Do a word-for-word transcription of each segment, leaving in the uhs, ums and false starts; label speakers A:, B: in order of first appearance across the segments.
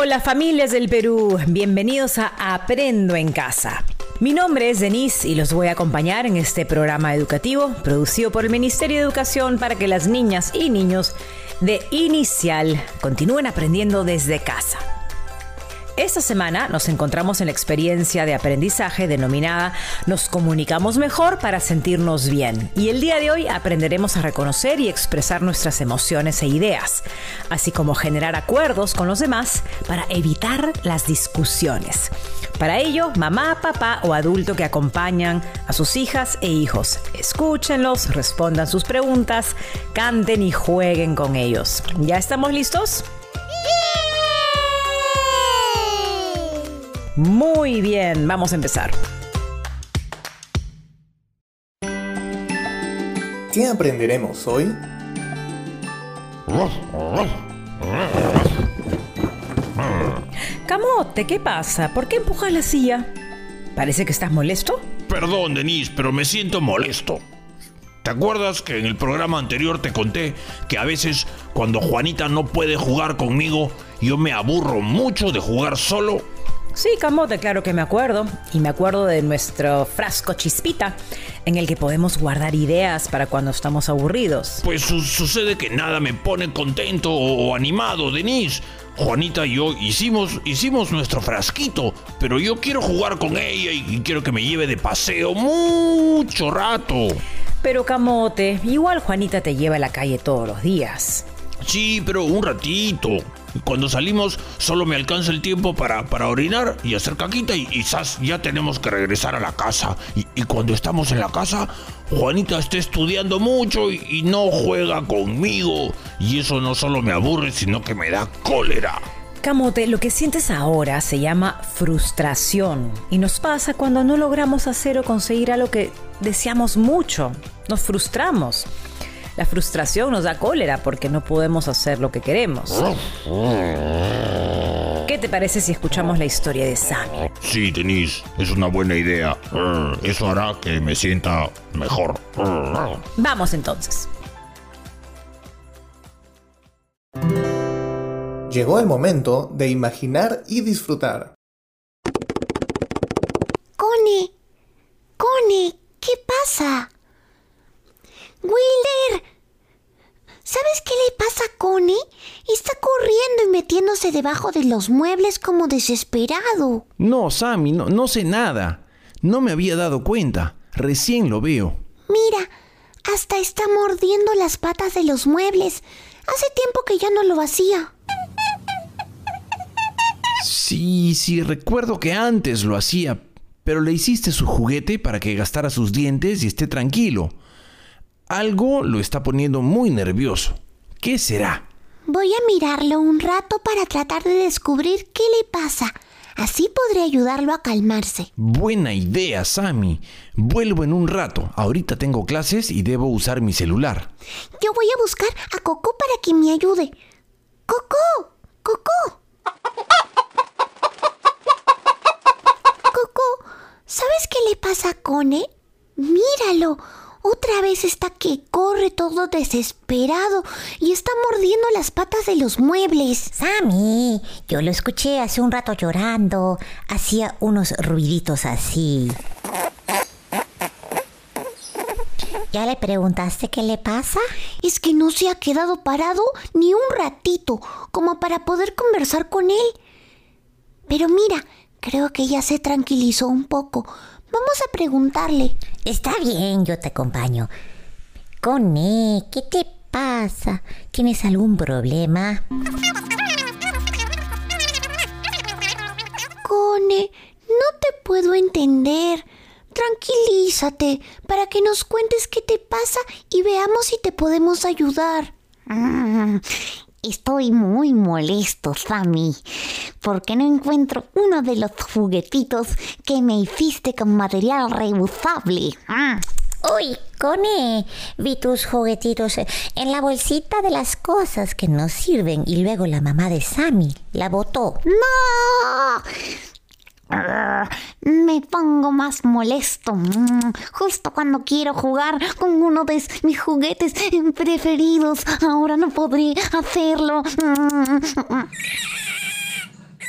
A: Hola familias del Perú, bienvenidos a Aprendo en Casa. Mi nombre es Denise y los voy a acompañar en este programa educativo producido por el Ministerio de Educación para que las niñas y niños de inicial continúen aprendiendo desde casa. Esta semana nos encontramos en la experiencia de aprendizaje denominada Nos comunicamos mejor para sentirnos bien. Y el día de hoy aprenderemos a reconocer y expresar nuestras emociones e ideas, así como generar acuerdos con los demás para evitar las discusiones. Para ello, mamá, papá o adulto que acompañan a sus hijas e hijos, escúchenlos, respondan sus preguntas, canten y jueguen con ellos. ¿Ya estamos listos? Muy bien, vamos a empezar.
B: ¿Qué aprenderemos hoy?
A: Camote, ¿qué pasa? ¿Por qué empujas la silla? ¿Parece que estás molesto?
C: Perdón, Denise, pero me siento molesto. ¿Te acuerdas que en el programa anterior te conté que a veces cuando Juanita no puede jugar conmigo, yo me aburro mucho de jugar solo?
A: Sí, Camote, claro que me acuerdo. Y me acuerdo de nuestro frasco chispita, en el que podemos guardar ideas para cuando estamos aburridos.
C: Pues su- sucede que nada me pone contento o, o animado, Denise. Juanita y yo hicimos, hicimos nuestro frasquito, pero yo quiero jugar con ella y, y quiero que me lleve de paseo mucho rato.
A: Pero Camote, igual Juanita te lleva a la calle todos los días.
C: Sí, pero un ratito. Cuando salimos solo me alcanza el tiempo para, para orinar y hacer caquita y quizás ya tenemos que regresar a la casa. Y, y cuando estamos en la casa, Juanita está estudiando mucho y, y no juega conmigo. Y eso no solo me aburre, sino que me da cólera.
A: Camote, lo que sientes ahora se llama frustración y nos pasa cuando no logramos hacer o conseguir algo que deseamos mucho. Nos frustramos. La frustración nos da cólera porque no podemos hacer lo que queremos. ¿Qué te parece si escuchamos la historia de Sammy?
C: Sí, Denise, es una buena idea. Eso hará que me sienta mejor.
A: Vamos entonces.
B: Llegó el momento de imaginar y disfrutar.
D: Cone, Cone, ¿qué pasa? Wilder, ¿sabes qué le pasa a Cone? Está corriendo y metiéndose debajo de los muebles como desesperado.
E: No, Sammy, no, no sé nada. No me había dado cuenta. Recién lo veo.
D: Mira, hasta está mordiendo las patas de los muebles. Hace tiempo que ya no lo hacía.
E: Sí, sí, recuerdo que antes lo hacía, pero le hiciste su juguete para que gastara sus dientes y esté tranquilo. Algo lo está poniendo muy nervioso. ¿Qué será?
D: Voy a mirarlo un rato para tratar de descubrir qué le pasa. Así podré ayudarlo a calmarse.
E: Buena idea, Sammy. Vuelvo en un rato. Ahorita tengo clases y debo usar mi celular.
D: Yo voy a buscar a Coco para que me ayude. ¡Coco! ¡Coco! Coco, ¿sabes qué le pasa a Cone? Míralo. Otra vez está que corre todo desesperado y está mordiendo las patas de los muebles.
F: Sammy, yo lo escuché hace un rato llorando. Hacía unos ruiditos así. ¿Ya le preguntaste qué le pasa?
D: Es que no se ha quedado parado ni un ratito, como para poder conversar con él. Pero mira, creo que ya se tranquilizó un poco. Vamos a preguntarle.
F: Está bien, yo te acompaño. Cone, ¿qué te pasa? ¿Tienes algún problema?
D: Cone, no te puedo entender. Tranquilízate para que nos cuentes qué te pasa y veamos si te podemos ayudar.
F: Mm, estoy muy molesto, Sammy, porque no encuentro uno de los juguetitos que me hiciste con material reusable. Mm. Uy, Cone, vi tus juguetitos en la bolsita de las cosas que no sirven y luego la mamá de Sammy la botó.
D: ¡No!
F: Me pongo más molesto justo cuando quiero jugar con uno de mis juguetes preferidos. Ahora no podré hacerlo.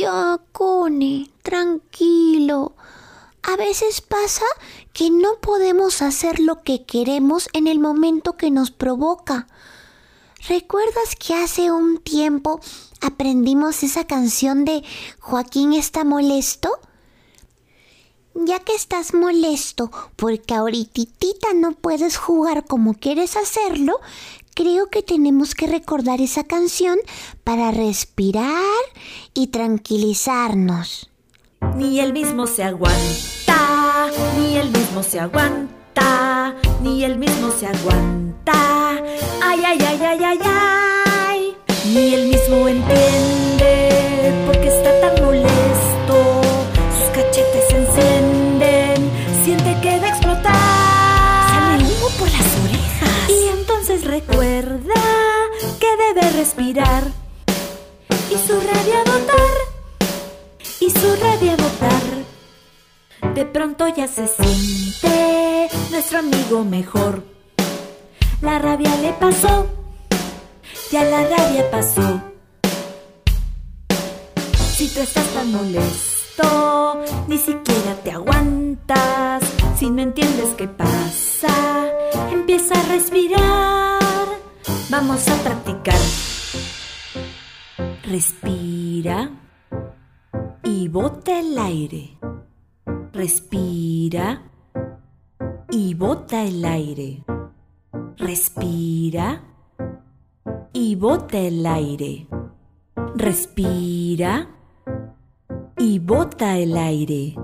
D: Ya, Cone, tranquilo. A veces pasa que no podemos hacer lo que queremos en el momento que nos provoca. ¿Recuerdas que hace un tiempo aprendimos esa canción de Joaquín está molesto? Ya que estás molesto porque ahorititita no puedes jugar como quieres hacerlo, creo que tenemos que recordar esa canción para respirar y tranquilizarnos.
G: Ni él mismo se aguanta, ni él mismo se aguanta, ni él mismo se aguanta. Ay, ay, ay, ay, ay, ay. Ni él mismo entiende por qué está tan molesto. Sus cachetes se encienden, siente que va a explotar. Sale humo por las orejas. Y entonces recuerda que debe respirar y su rabia botar. Y su rabia botar. De pronto ya se siente nuestro amigo mejor. La rabia le pasó, ya la rabia pasó. Si tú estás tan molesto, ni siquiera te aguantas. Si no entiendes qué pasa, empieza a respirar. Vamos a practicar. Respira y bota el aire. Respira y bota el aire. Respira y bota el aire. Respira y bota el aire.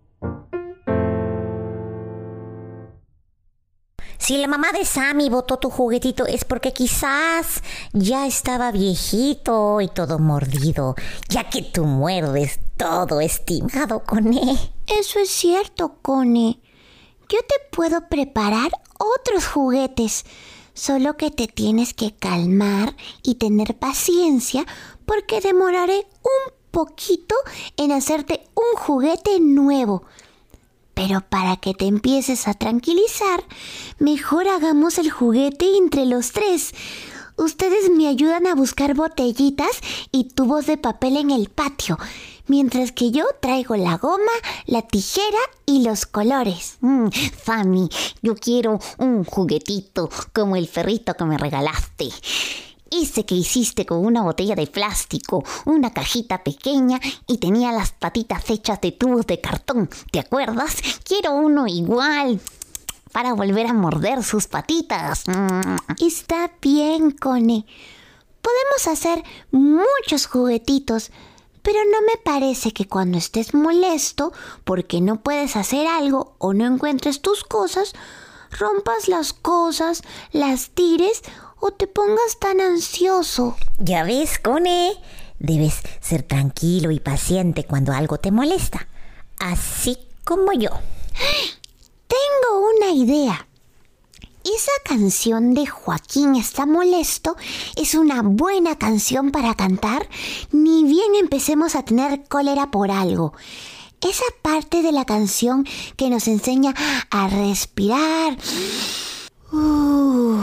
F: Si la mamá de Sammy botó tu juguetito es porque quizás ya estaba viejito y todo mordido, ya que tú muerdes todo, estimado Cone.
D: Eso es cierto, Cone. Yo te puedo preparar otros juguetes, solo que te tienes que calmar y tener paciencia porque demoraré un poquito en hacerte un juguete nuevo. Pero para que te empieces a tranquilizar, mejor hagamos el juguete entre los tres. Ustedes me ayudan a buscar botellitas y tubos de papel en el patio, mientras que yo traigo la goma, la tijera y los colores.
F: Mm, Sammy, yo quiero un juguetito como el perrito que me regalaste. Ese que hiciste con una botella de plástico, una cajita pequeña y tenía las patitas hechas de tubos de cartón. ¿Te acuerdas? Quiero uno igual para volver a morder sus patitas. Mm.
D: Está bien, Cone. Podemos hacer muchos juguetitos, pero no me parece que cuando estés molesto porque no puedes hacer algo o no encuentres tus cosas, rompas las cosas, las tires o te pongas tan ansioso.
F: Ya ves, Cone, debes ser tranquilo y paciente cuando algo te molesta, así como yo.
D: Tengo una idea. Esa canción de Joaquín está molesto es una buena canción para cantar, ni bien empecemos a tener cólera por algo. Esa parte de la canción que nos enseña a respirar, uh,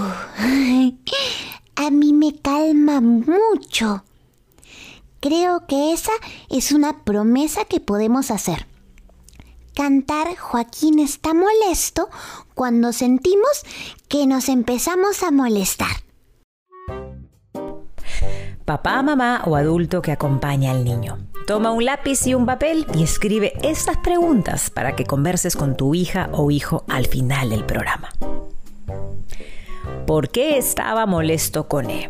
D: a mí me calma mucho. Creo que esa es una promesa que podemos hacer. Cantar Joaquín está molesto cuando sentimos que nos empezamos a molestar.
A: Papá, mamá o adulto que acompaña al niño, toma un lápiz y un papel y escribe estas preguntas para que converses con tu hija o hijo al final del programa. ¿Por qué estaba molesto Cone?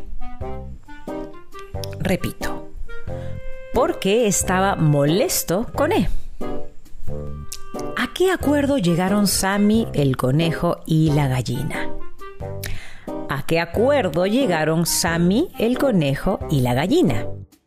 A: Repito. ¿Por qué estaba molesto Cone? ¿A qué acuerdo llegaron Sammy, el conejo y la gallina? ¿A qué acuerdo llegaron Sammy, el conejo y la gallina?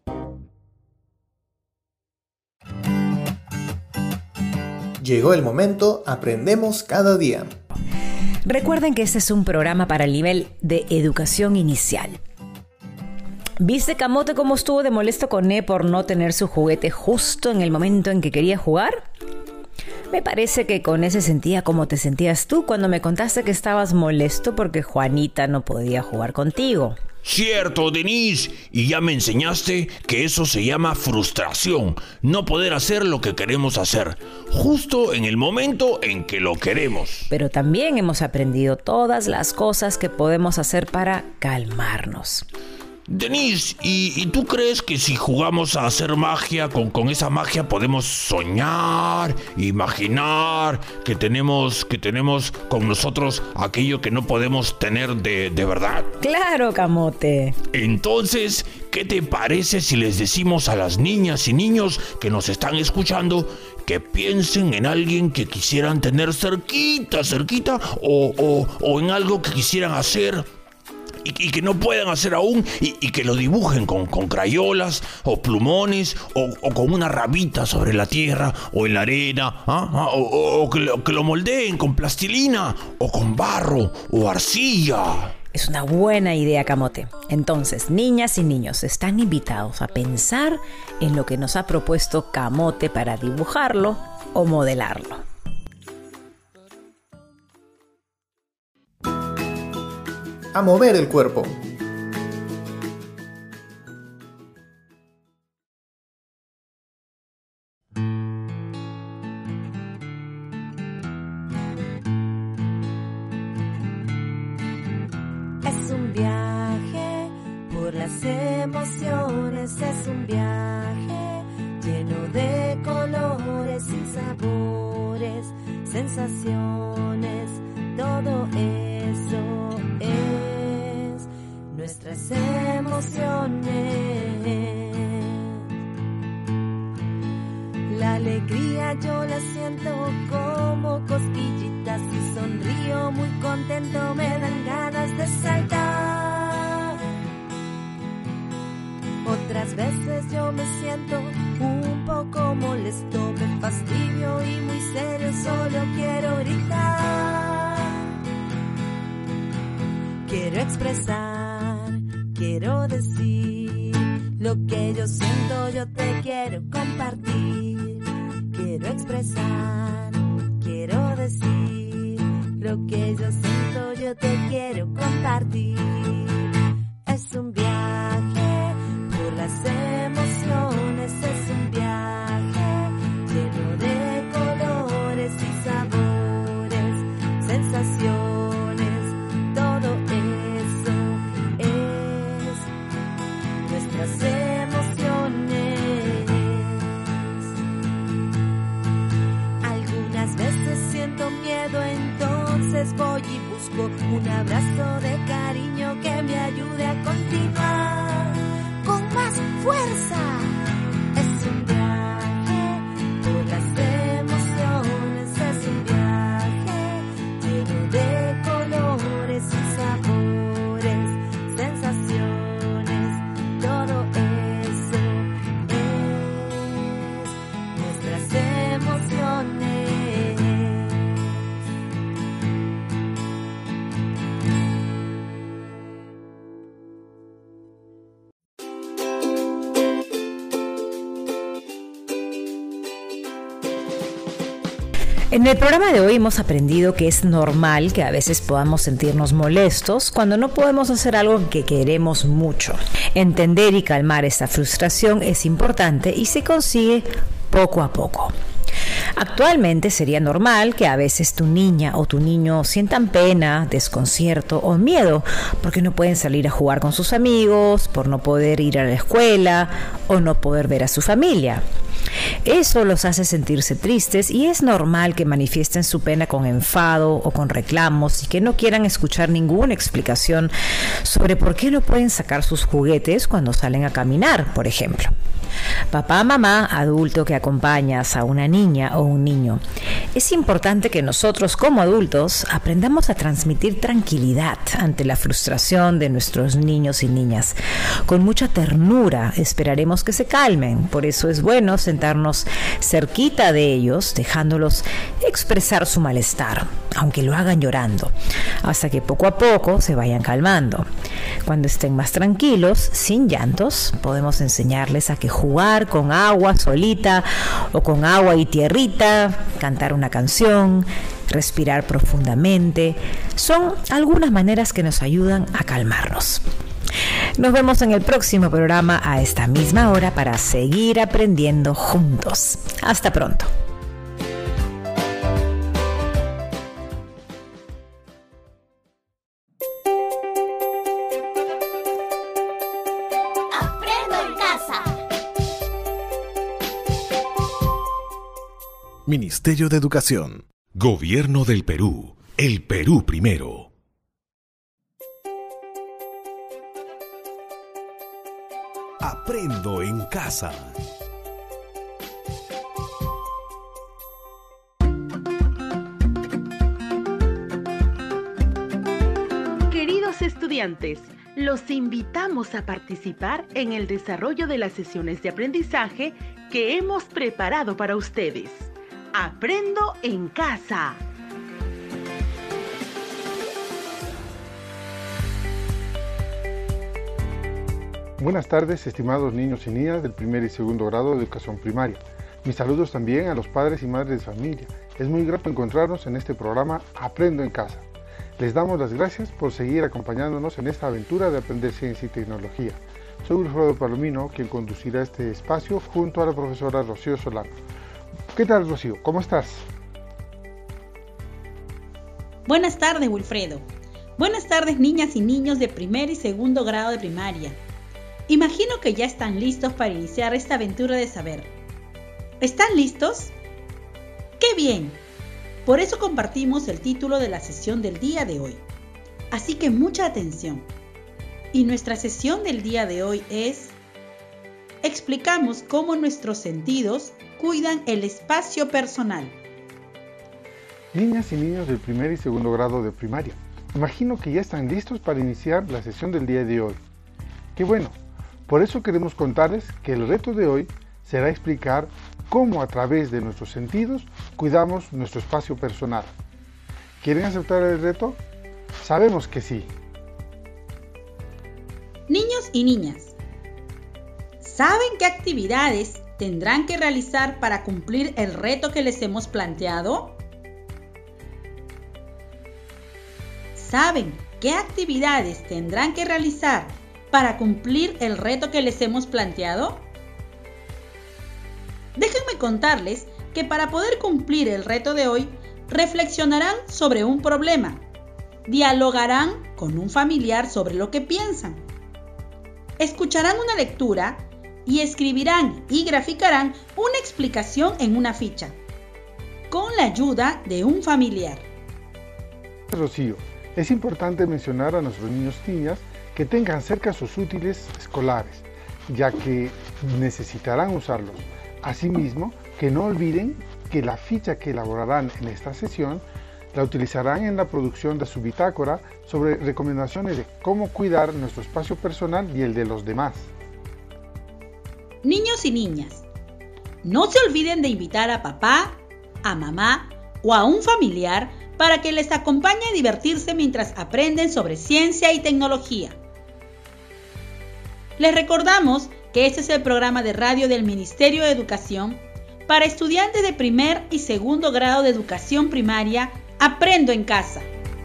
B: Llegó el momento, aprendemos cada día.
A: Recuerden que este es un programa para el nivel de educación inicial. ¿Viste Camote cómo estuvo de molesto Cone por no tener su juguete justo en el momento en que quería jugar? Me parece que Cone se sentía como te sentías tú cuando me contaste que estabas molesto porque Juanita no podía jugar contigo.
C: Cierto, Denise, y ya me enseñaste que eso se llama frustración, no poder hacer lo que queremos hacer, justo en el momento en que lo queremos.
A: Pero también hemos aprendido todas las cosas que podemos hacer para calmarnos.
C: Denise, ¿y, ¿y tú crees que si jugamos a hacer magia, con, con esa magia podemos soñar, imaginar que tenemos, que tenemos con nosotros aquello que no podemos tener de, de verdad?
A: ¡Claro, Camote!
C: Entonces, ¿qué te parece si les decimos a las niñas y niños que nos están escuchando que piensen en alguien que quisieran tener cerquita, cerquita, o, o, o en algo que quisieran hacer y que no puedan hacer aún, y, y que lo dibujen con, con crayolas o plumones o, o con una rabita sobre la tierra o en la arena, ¿ah? ¿Ah? o, o, o que, lo, que lo moldeen con plastilina o con barro o arcilla?
A: Es una buena idea, Camote. Entonces, niñas y niños están invitados a pensar en lo que nos ha propuesto Camote para dibujarlo o modelarlo.
B: A mover el cuerpo.
G: Es un viaje por las emociones, es un viaje lleno de colores y sabores, sensaciones, todo eso es nuestras emociones. La alegría yo la siento como cosquillitas y sonrío muy contento, me dan ganas de saltar. Otras veces yo me siento un poco molesto, me fastidio y muy serio, solo quiero gritar. Quiero expresar, quiero decir lo que yo siento, yo te quiero compartir. Quiero expresar, quiero decir lo que yo siento, yo te quiero compartir. Es un viaje por las emociones, es un viaje lleno de colores y sabores, sensaciones, todo eso es nuestras emociones. Algunas veces siento miedo, entonces voy y busco un abrazo de cariño que me ayude a continuar con más fuerza. Es un viaje por las emociones, es un viaje lleno de colores y sabores, sensaciones, todo eso es nuestras emociones.
A: En el programa de hoy hemos aprendido que es normal que a veces podamos sentirnos molestos cuando no podemos hacer algo que queremos mucho. Entender y calmar esta frustración es importante y se consigue poco a poco. Actualmente sería normal que a veces tu niña o tu niño sientan pena, desconcierto o miedo porque no pueden salir a jugar con sus amigos, por no poder ir a la escuela o no poder ver a su familia. Eso los hace sentirse tristes y es normal que manifiesten su pena con enfado o con reclamos y que no quieran escuchar ninguna explicación sobre por qué no pueden sacar sus juguetes cuando salen a caminar, por ejemplo. Papá, mamá, adulto que acompañas a una niña o un niño, es importante que nosotros como adultos aprendamos a transmitir tranquilidad ante la frustración de nuestros niños y niñas. Con mucha ternura esperaremos que se calmen, por eso es bueno sentarnos cerquita de ellos, dejándolos expresar su malestar, aunque lo hagan llorando, hasta que poco a poco se vayan calmando. Cuando estén más tranquilos, sin llantos, podemos enseñarles a que jugar con agua solita o con agua y tierrita, cantar una canción, respirar profundamente, son algunas maneras que nos ayudan a calmarnos. Nos vemos en el próximo programa a esta misma hora para seguir aprendiendo juntos. Hasta pronto.
H: Ministerio de Educación. Gobierno del Perú. El Perú primero. Aprendo en casa.
I: Queridos estudiantes, los invitamos a participar en el desarrollo de las sesiones de aprendizaje que hemos preparado para ustedes. Aprendo en casa.
J: Buenas tardes, estimados niños y niñas del primer y segundo grado de educación primaria. Mis saludos también a los padres y madres de familia. Es muy grato encontrarnos en este programa Aprendo en casa. Les damos las gracias por seguir acompañándonos en esta aventura de aprender ciencia y tecnología. Soy Wilfredo Palomino, quien conducirá este espacio junto a la profesora Rocío Solano. ¿Qué tal, Rocío? ¿Cómo estás?
K: Buenas tardes, Wilfredo. Buenas tardes, niñas y niños de primer y segundo grado de primaria. Imagino que ya están listos para iniciar esta aventura de saber. ¿Están listos? ¡Qué bien! Por eso compartimos el título de la sesión del día de hoy. Así que mucha atención. Y nuestra sesión del día de hoy es: explicamos cómo nuestros sentidos cuidan el espacio personal.
J: Niñas y niños del primer y segundo grado de primaria, imagino que ya están listos para iniciar la sesión del día de hoy. ¡Qué bueno! Por eso queremos contarles que el reto de hoy será explicar cómo a través de nuestros sentidos cuidamos nuestro espacio personal. ¿Quieren aceptar el reto? Sabemos que sí.
K: Niños y niñas, ¿saben qué actividades tendrán que realizar para cumplir el reto que les hemos planteado? ¿Saben qué actividades tendrán que realizar para cumplir el reto que les hemos planteado? Déjenme contarles que para poder cumplir el reto de hoy, reflexionarán sobre un problema, dialogarán con un familiar sobre lo que piensan, escucharán una lectura y escribirán y graficarán una explicación en una ficha, con la ayuda de un familiar.
J: Rocío, es importante mencionar a nuestros niños y niñas que tengan cerca sus útiles escolares, ya que necesitarán usarlos. Asimismo, que no olviden que la ficha que elaborarán en esta sesión la utilizarán en la producción de su bitácora sobre recomendaciones de cómo cuidar nuestro espacio personal y el de los demás.
K: Niños y niñas, no se olviden de invitar a papá, a mamá o a un familiar para que les acompañe a divertirse mientras aprenden sobre ciencia y tecnología. Les recordamos que este es el programa de radio del Ministerio de Educación para estudiantes de primer y segundo grado de educación primaria. Aprendo en casa.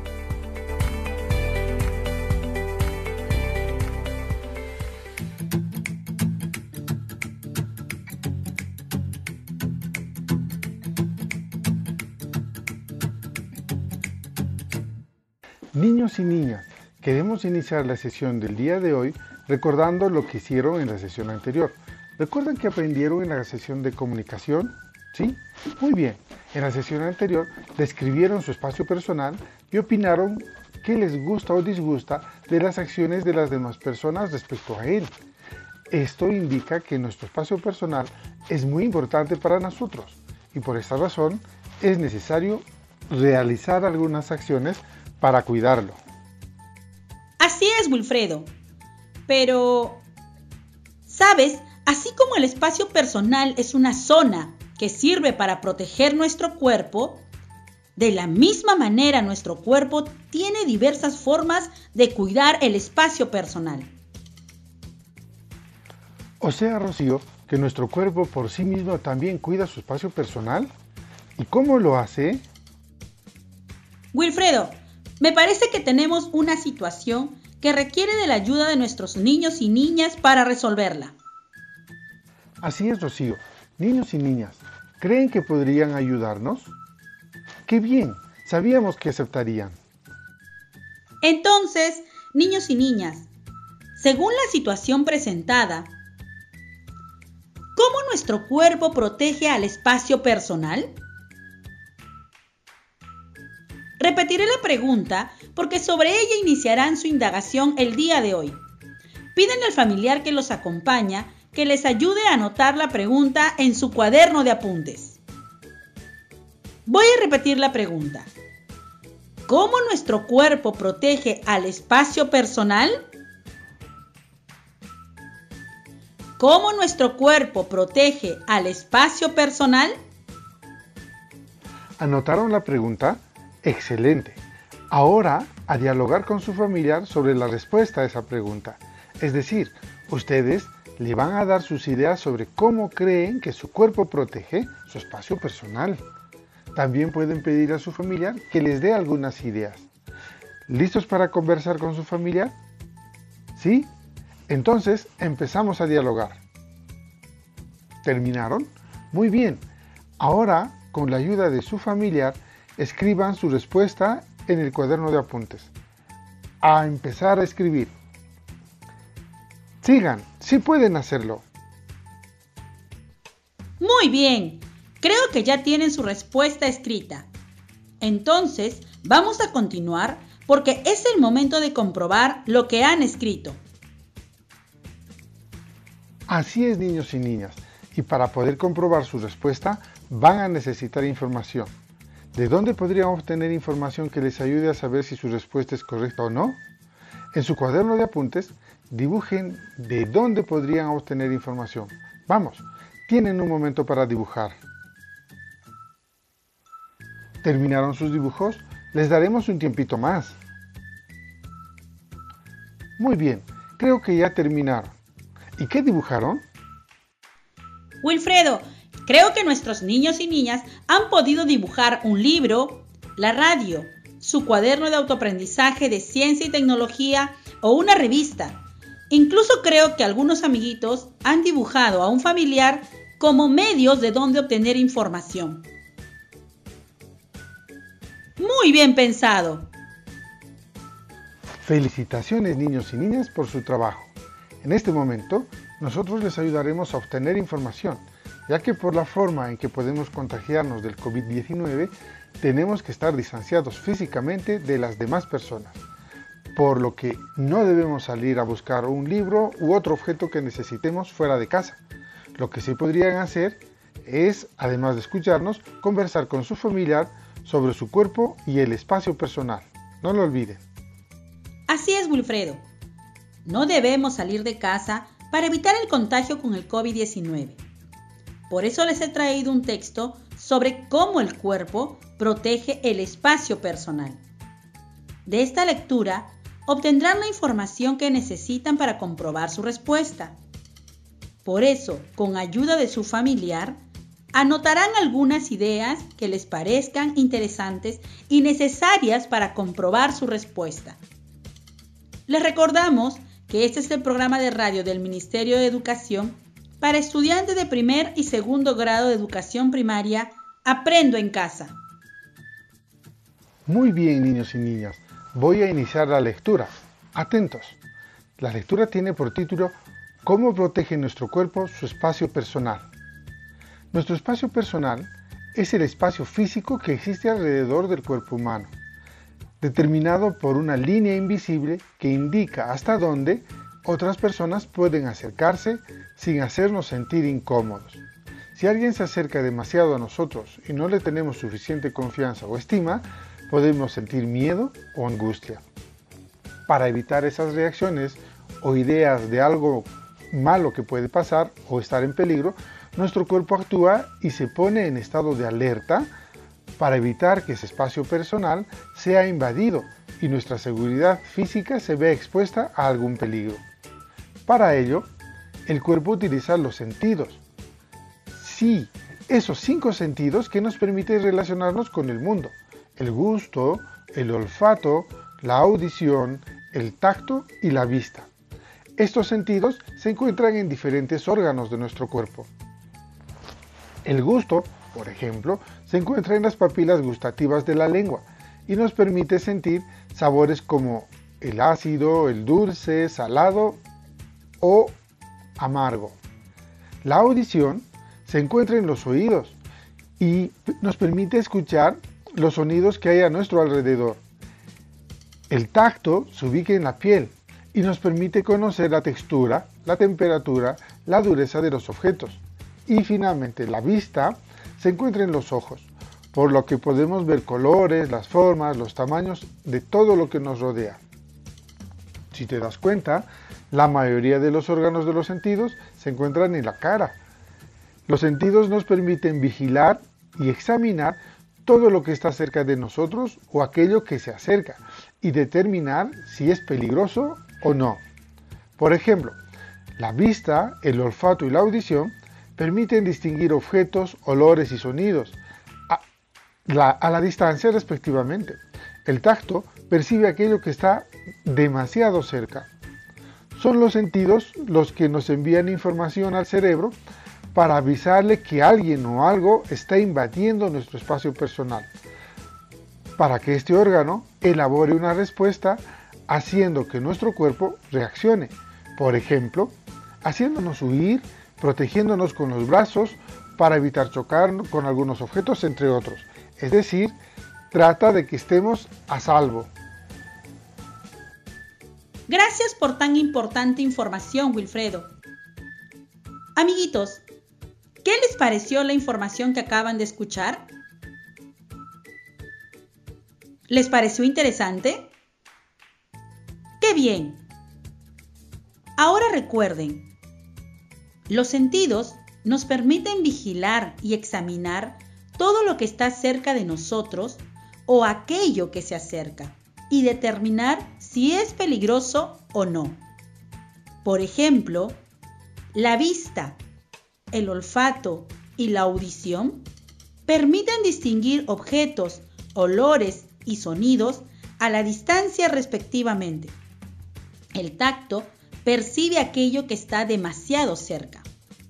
J: Niños y niñas, queremos iniciar la sesión del día de hoy recordando lo que hicieron en la sesión anterior. ¿Recuerdan que aprendieron en la sesión de comunicación? ¿Sí? Muy bien. En la sesión anterior describieron su espacio personal y opinaron qué les gusta o disgusta de las acciones de las demás personas respecto a él. Esto indica que nuestro espacio personal es muy importante para nosotros y por esta razón es necesario realizar algunas acciones para cuidarlo.
K: Así es, Wilfredo. Pero, ¿sabes? Así como el espacio personal es una zona que sirve para proteger nuestro cuerpo, de la misma manera nuestro cuerpo tiene diversas formas de cuidar el espacio personal.
J: O sea, Rocío, que nuestro cuerpo por sí mismo también cuida su espacio personal. ¿Y cómo lo hace?
K: Wilfredo, me parece que tenemos una situación que requiere de la ayuda de nuestros niños y niñas para resolverla.
J: Así es, Rocío. Niños y niñas, ¿creen que podrían ayudarnos? ¡Qué bien! Sabíamos que aceptarían.
K: Entonces, niños y niñas, según la situación presentada, ¿cómo nuestro cuerpo protege al espacio personal? Repetiré la pregunta porque sobre ella iniciarán su indagación el día de hoy. Piden al familiar que los acompaña que les ayude a anotar la pregunta en su cuaderno de apuntes. Voy a repetir la pregunta. ¿Cómo nuestro cuerpo protege al espacio personal? ¿Cómo nuestro cuerpo protege al espacio personal?
J: ¿Anotaron la pregunta? Excelente. Ahora a dialogar con su familiar sobre la respuesta a esa pregunta. Es decir, ustedes le van a dar sus ideas sobre cómo creen que su cuerpo protege su espacio personal. También pueden pedir a su familiar que les dé algunas ideas. ¿Listos para conversar con su familiar? ¿Sí? Entonces empezamos a dialogar. ¿Terminaron? Muy bien. Ahora, con la ayuda de su familiar, escriban su respuesta en el cuaderno de apuntes. A empezar a escribir. Sigan, sí pueden hacerlo.
K: Muy bien, creo que ya tienen su respuesta escrita. Entonces, vamos a continuar porque es el momento de comprobar lo que han escrito.
J: Así es, niños y niñas, y para poder comprobar su respuesta van a necesitar información. ¿De dónde podrían obtener información que les ayude a saber si su respuesta es correcta o no? En su cuaderno de apuntes, dibujen de dónde podrían obtener información. Vamos, tienen un momento para dibujar. ¿Terminaron sus dibujos? Les daremos un tiempito más. Muy bien, creo que ya terminaron. ¿Y qué dibujaron?
K: Wilfredo, creo que nuestros niños y niñas han podido dibujar un libro, la radio, su cuaderno de autoaprendizaje de ciencia y tecnología o una revista. Incluso creo que algunos amiguitos han dibujado a un familiar como medios de donde obtener información. Muy bien pensado.
J: Felicitaciones, niños y niñas, por su trabajo. En este momento, nosotros les ayudaremos a obtener información, ya que por la forma en que podemos contagiarnos del COVID diecinueve, tenemos que estar distanciados físicamente de las demás personas, por lo que no debemos salir a buscar un libro u otro objeto que necesitemos fuera de casa. Lo que sí podrían hacer es, además de escucharnos, conversar con su familiar sobre su cuerpo y el espacio personal. No lo olviden.
K: Así es, Wilfredo. No debemos salir de casa para evitar el contagio con el COVID diecinueve. Por eso les he traído un texto sobre cómo el cuerpo protege el espacio personal. De esta lectura obtendrán la información que necesitan para comprobar su respuesta. Por eso, con ayuda de su familiar, anotarán algunas ideas que les parezcan interesantes y necesarias para comprobar su respuesta. Les recordamos que este es el programa de radio del Ministerio de Educación para estudiantes de primer y segundo grado de educación primaria. Aprendo en casa.
J: Muy bien, niños y niñas. Voy a iniciar la lectura. Atentos. La lectura tiene por título ¿Cómo protege nuestro cuerpo su espacio personal? Nuestro espacio personal es el espacio físico que existe alrededor del cuerpo humano, determinado por una línea invisible que indica hasta dónde otras personas pueden acercarse sin hacernos sentir incómodos. Si alguien se acerca demasiado a nosotros y no le tenemos suficiente confianza o estima, podemos sentir miedo o angustia. Para evitar esas reacciones o ideas de algo malo que puede pasar o estar en peligro, nuestro cuerpo actúa y se pone en estado de alerta para evitar que ese espacio personal sea invadido y nuestra seguridad física se vea expuesta a algún peligro. Para ello, el cuerpo utiliza los sentidos. Sí, esos cinco sentidos que nos permiten relacionarnos con el mundo: el gusto, el olfato, la audición, el tacto y la vista. Estos sentidos se encuentran en diferentes órganos de nuestro cuerpo. El gusto, por ejemplo, se encuentra en las papilas gustativas de la lengua y nos permite sentir sabores como el ácido, el dulce, salado o amargo. La audición se encuentra en los oídos y nos permite escuchar los sonidos que hay a nuestro alrededor. El tacto se ubica en la piel y nos permite conocer la textura, la temperatura, la dureza de los objetos. Y finalmente, la vista se encuentra en los ojos, por lo que podemos ver colores, las formas, los tamaños de todo lo que nos rodea. Si te das cuenta, la mayoría de los órganos de los sentidos se encuentran en la cara. Los sentidos nos permiten vigilar y examinar todo lo que está cerca de nosotros o aquello que se acerca y determinar si es peligroso o no. Por ejemplo, la vista, el olfato y la audición permiten distinguir objetos, olores y sonidos a la, a la distancia respectivamente. El tacto percibe aquello que está demasiado cerca. Son los sentidos los que nos envían información al cerebro para avisarle que alguien o algo está invadiendo nuestro espacio personal, para que este órgano elabore una respuesta haciendo que nuestro cuerpo reaccione, por ejemplo, haciéndonos huir, protegiéndonos con los brazos para evitar chocar con algunos objetos, entre otros. Es decir, trata de que estemos a salvo.
K: Gracias por tan importante información, Wilfredo. Amiguitos, ¿qué les pareció la información que acaban de escuchar? ¿Les pareció interesante? ¡Qué bien! Ahora recuerden, los sentidos nos permiten vigilar y examinar todo lo que está cerca de nosotros o aquello que se acerca y determinar si es peligroso o no. Por ejemplo, la vista, el olfato y la audición permiten distinguir objetos, olores y sonidos a la distancia respectivamente. El tacto percibe aquello que está demasiado cerca.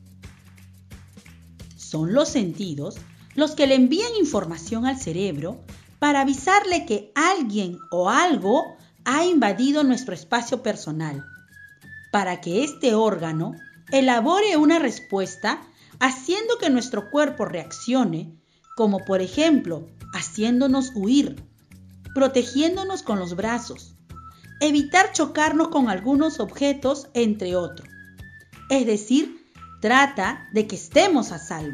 K: Son los sentidos los que le envían información al cerebro para avisarle que alguien o algo ha invadido nuestro espacio personal, para que este órgano elabore una respuesta haciendo que nuestro cuerpo reaccione, como por ejemplo, haciéndonos huir, protegiéndonos con los brazos, evitar chocarnos con algunos objetos, entre otros. Es decir, trata de que estemos a salvo.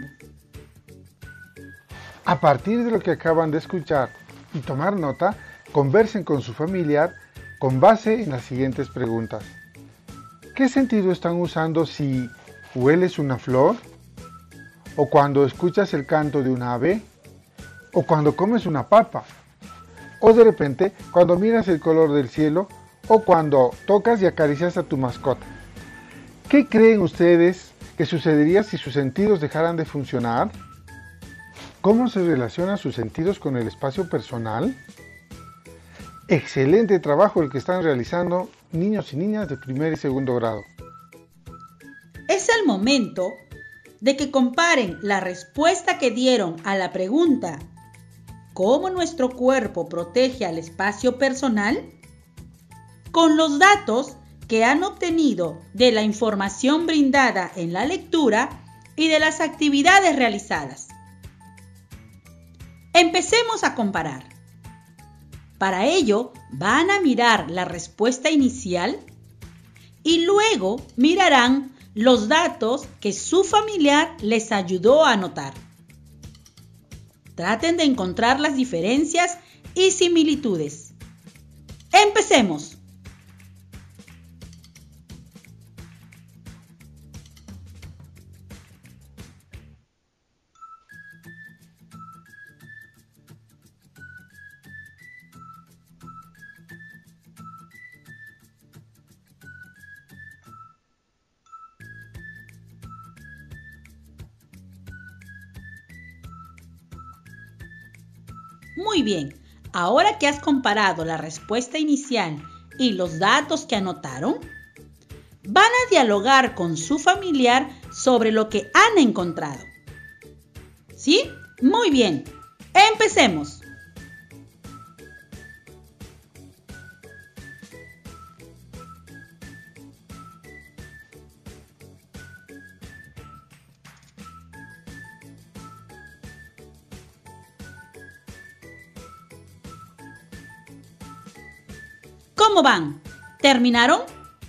J: A partir de lo que acaban de escuchar y tomar nota, conversen con su familiar con base en las siguientes preguntas. ¿Qué sentido están usando si hueles una flor? ¿O cuando escuchas el canto de un ave? ¿O cuando comes una papa? ¿O de repente cuando miras el color del cielo? ¿O cuando tocas y acaricias a tu mascota? ¿Qué creen ustedes que sucedería si sus sentidos dejaran de funcionar? ¿Cómo se relacionan sus sentidos con el espacio personal? Excelente trabajo el que están realizando niños y niñas de primer y segundo grado.
K: Es el momento de que comparen la respuesta que dieron a la pregunta ¿cómo nuestro cuerpo protege al espacio personal? Con los datos que han obtenido de la información brindada en la lectura y de las actividades realizadas. Empecemos a comparar. Para ello, van a mirar la respuesta inicial y luego mirarán los datos que su familiar les ayudó a anotar. Traten de encontrar las diferencias y similitudes. ¡Empecemos! Muy bien, ahora que has comparado la respuesta inicial y los datos que anotaron, van a dialogar con su familiar sobre lo que han encontrado. ¿Sí? Muy bien. Empecemos. ¿Cómo van? ¿Terminaron?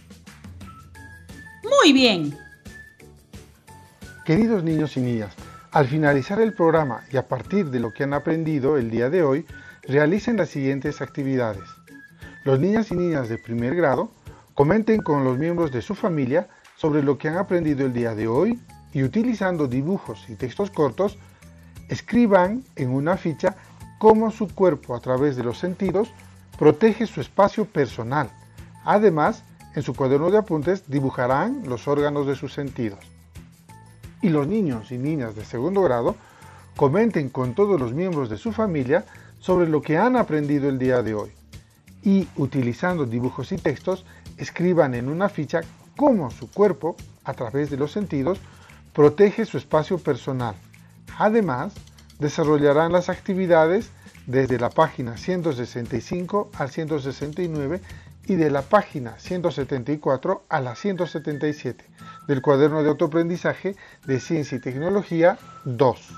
K: Muy bien.
J: Queridos niños y niñas, al finalizar el programa y a partir de lo que han aprendido el día de hoy, realicen las siguientes actividades. Los niños y niñas de primer grado comenten con los miembros de su familia sobre lo que han aprendido el día de hoy y utilizando dibujos y textos cortos, escriban en una ficha cómo su cuerpo a través de los sentidos protege su espacio personal. Además, en su cuaderno de apuntes dibujarán los órganos de sus sentidos. Y los niños y niñas de segundo grado comenten con todos los miembros de su familia sobre lo que han aprendido el día de hoy. Y utilizando dibujos y textos, escriban en una ficha cómo su cuerpo, a través de los sentidos, protege su espacio personal. Además, desarrollarán las actividades desde la página ciento sesenta y cinco al ciento sesenta y nueve y de la página ciento setenta y cuatro a la ciento setenta y siete del cuaderno de autoaprendizaje de Ciencia y Tecnología dos.